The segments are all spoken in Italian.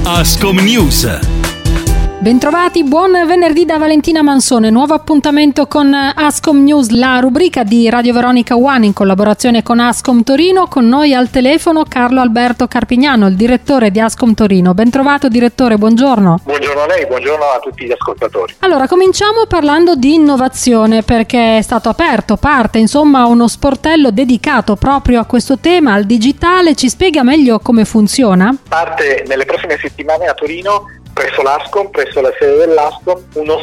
Ascom News. Bentrovati, buon venerdì da Valentina Mansone. Nuovo appuntamento con Ascom News, la rubrica di Radio Veronica One in collaborazione con Ascom Torino. Con noi al telefono Carlo Alberto Carpignano, il direttore di Ascom Torino. Bentrovato direttore, buongiorno. Buongiorno a lei, buongiorno a tutti gli ascoltatori. Allora, cominciamo parlando di innovazione, perché è stato parte uno sportello dedicato proprio a questo tema, al digitale. Ci spiega meglio come funziona? Parte nelle prossime settimane a Torino, presso l'Ascom, presso la sede dell'Ascom, uno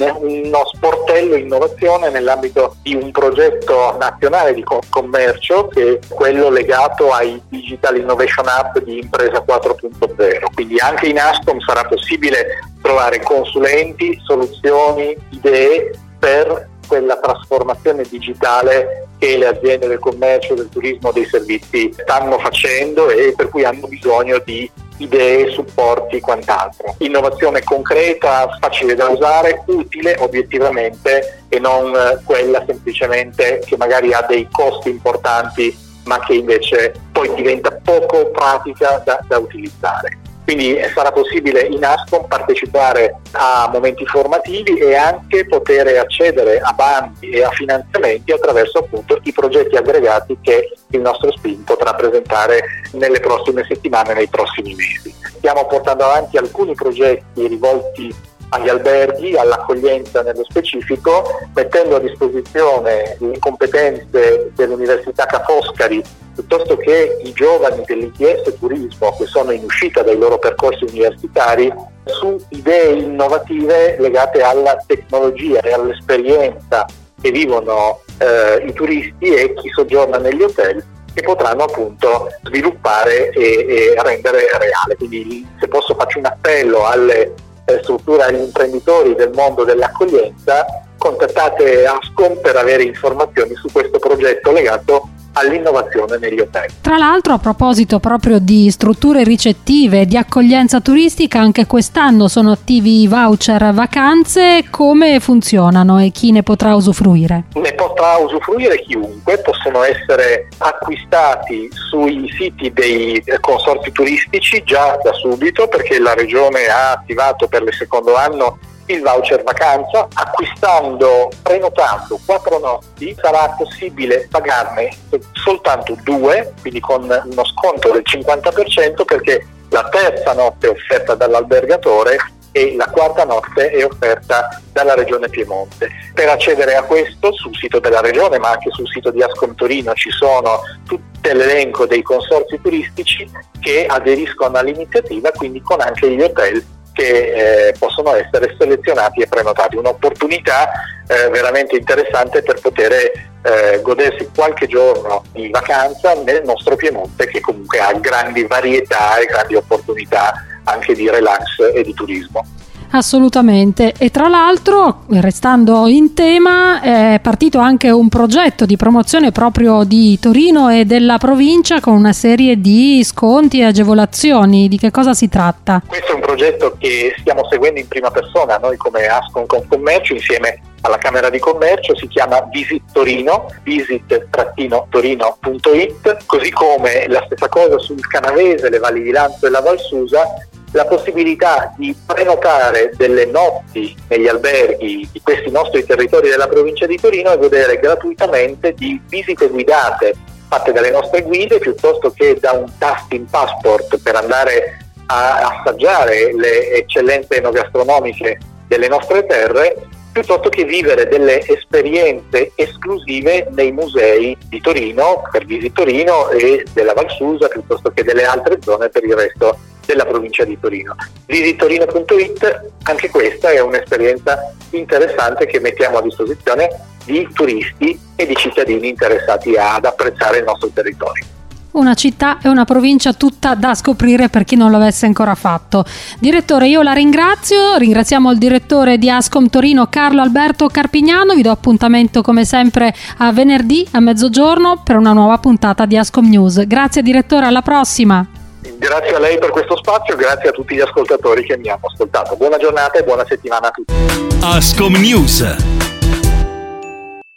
sportello innovazione nell'ambito di un progetto nazionale di commercio, che è quello legato ai Digital Innovation Hub di Impresa 4.0. Quindi anche in Ascom sarà possibile trovare consulenti, soluzioni, idee per quella trasformazione digitale che le aziende del commercio, del turismo, dei servizi stanno facendo e per cui hanno bisogno di idee, supporti, quant'altro. Innovazione concreta, facile da usare, utile obiettivamente e non quella semplicemente che magari ha dei costi importanti ma che invece poi diventa poco pratica da utilizzare. Quindi sarà possibile in Ascom partecipare a momenti formativi e anche poter accedere a bandi e a finanziamenti attraverso appunto i progetti aggregati che il nostro SPIN potrà presentare nelle prossime settimane, nei prossimi mesi. Stiamo portando avanti alcuni progetti rivolti agli alberghi, all'accoglienza nello specifico, mettendo a disposizione le competenze dell'Università Ca' Foscari piuttosto che i giovani dell'ITS Turismo che sono in uscita dai loro percorsi universitari su idee innovative legate alla tecnologia e all'esperienza che vivono i turisti e chi soggiorna negli hotel, che potranno appunto sviluppare e rendere reale. Quindi se posso faccio un appello alle strutture, agli imprenditori del mondo dell'accoglienza: contattate Ascom per avere informazioni su questo progetto legato all'innovazione negli hotel. Tra l'altro, a proposito proprio di strutture ricettive, di accoglienza turistica, anche quest'anno sono attivi i voucher vacanze. Come funzionano e chi ne potrà usufruire? Ne potrà usufruire chiunque, possono essere acquistati sui siti dei consorzi turistici già da subito, perché la Regione ha attivato per il secondo anno il voucher vacanza. Prenotando 4 notti sarà possibile pagarne soltanto 2, quindi con uno sconto del 50%, perché la terza notte è offerta dall'albergatore e la quarta notte è offerta dalla Regione Piemonte. Per accedere a questo sul sito della Regione, ma anche sul sito di Ascom Torino, ci sono tutto l'elenco dei consorzi turistici che aderiscono all'iniziativa, quindi con anche gli hotel che possono essere selezionati e prenotati. Un'opportunità veramente interessante per poter godersi qualche giorno di vacanza nel nostro Piemonte, che comunque ha grandi varietà e grandi opportunità anche di relax e di turismo. Assolutamente. E tra l'altro, restando in tema, è partito anche un progetto di promozione proprio di Torino e della provincia con una serie di sconti e agevolazioni. Di che cosa si tratta? Questo è un progetto che stiamo seguendo in prima persona noi come Ascom Confcommercio insieme alla Camera di Commercio. Si chiama Visit Torino, visit-torino.it, così come la stessa cosa sul Canavese, le Valli di Lanzo e la Val Susa, la possibilità di prenotare delle notti negli alberghi di questi nostri territori della provincia di Torino e godere gratuitamente di visite guidate fatte dalle nostre guide, piuttosto che da un tasting passport per andare a assaggiare le eccellenze enogastronomiche delle nostre terre, piuttosto che vivere delle esperienze esclusive nei musei di Torino, per Visit Torino, e della Val Susa, piuttosto che delle altre zone per il resto della provincia di Torino. Visittorino.it, anche questa è un'esperienza interessante che mettiamo a disposizione di turisti e di cittadini interessati ad apprezzare il nostro territorio. Una città e una provincia tutta da scoprire per chi non l'avesse ancora fatto. Direttore, io la ringraziamo il direttore di Ascom Torino Carlo Alberto Carpignano. Vi do appuntamento come sempre a venerdì a mezzogiorno per una nuova puntata di Ascom News. Grazie direttore, alla prossima. Grazie a lei per questo spazio, grazie a tutti gli ascoltatori che mi hanno ascoltato. Buona giornata e buona settimana a tutti. Ascom News.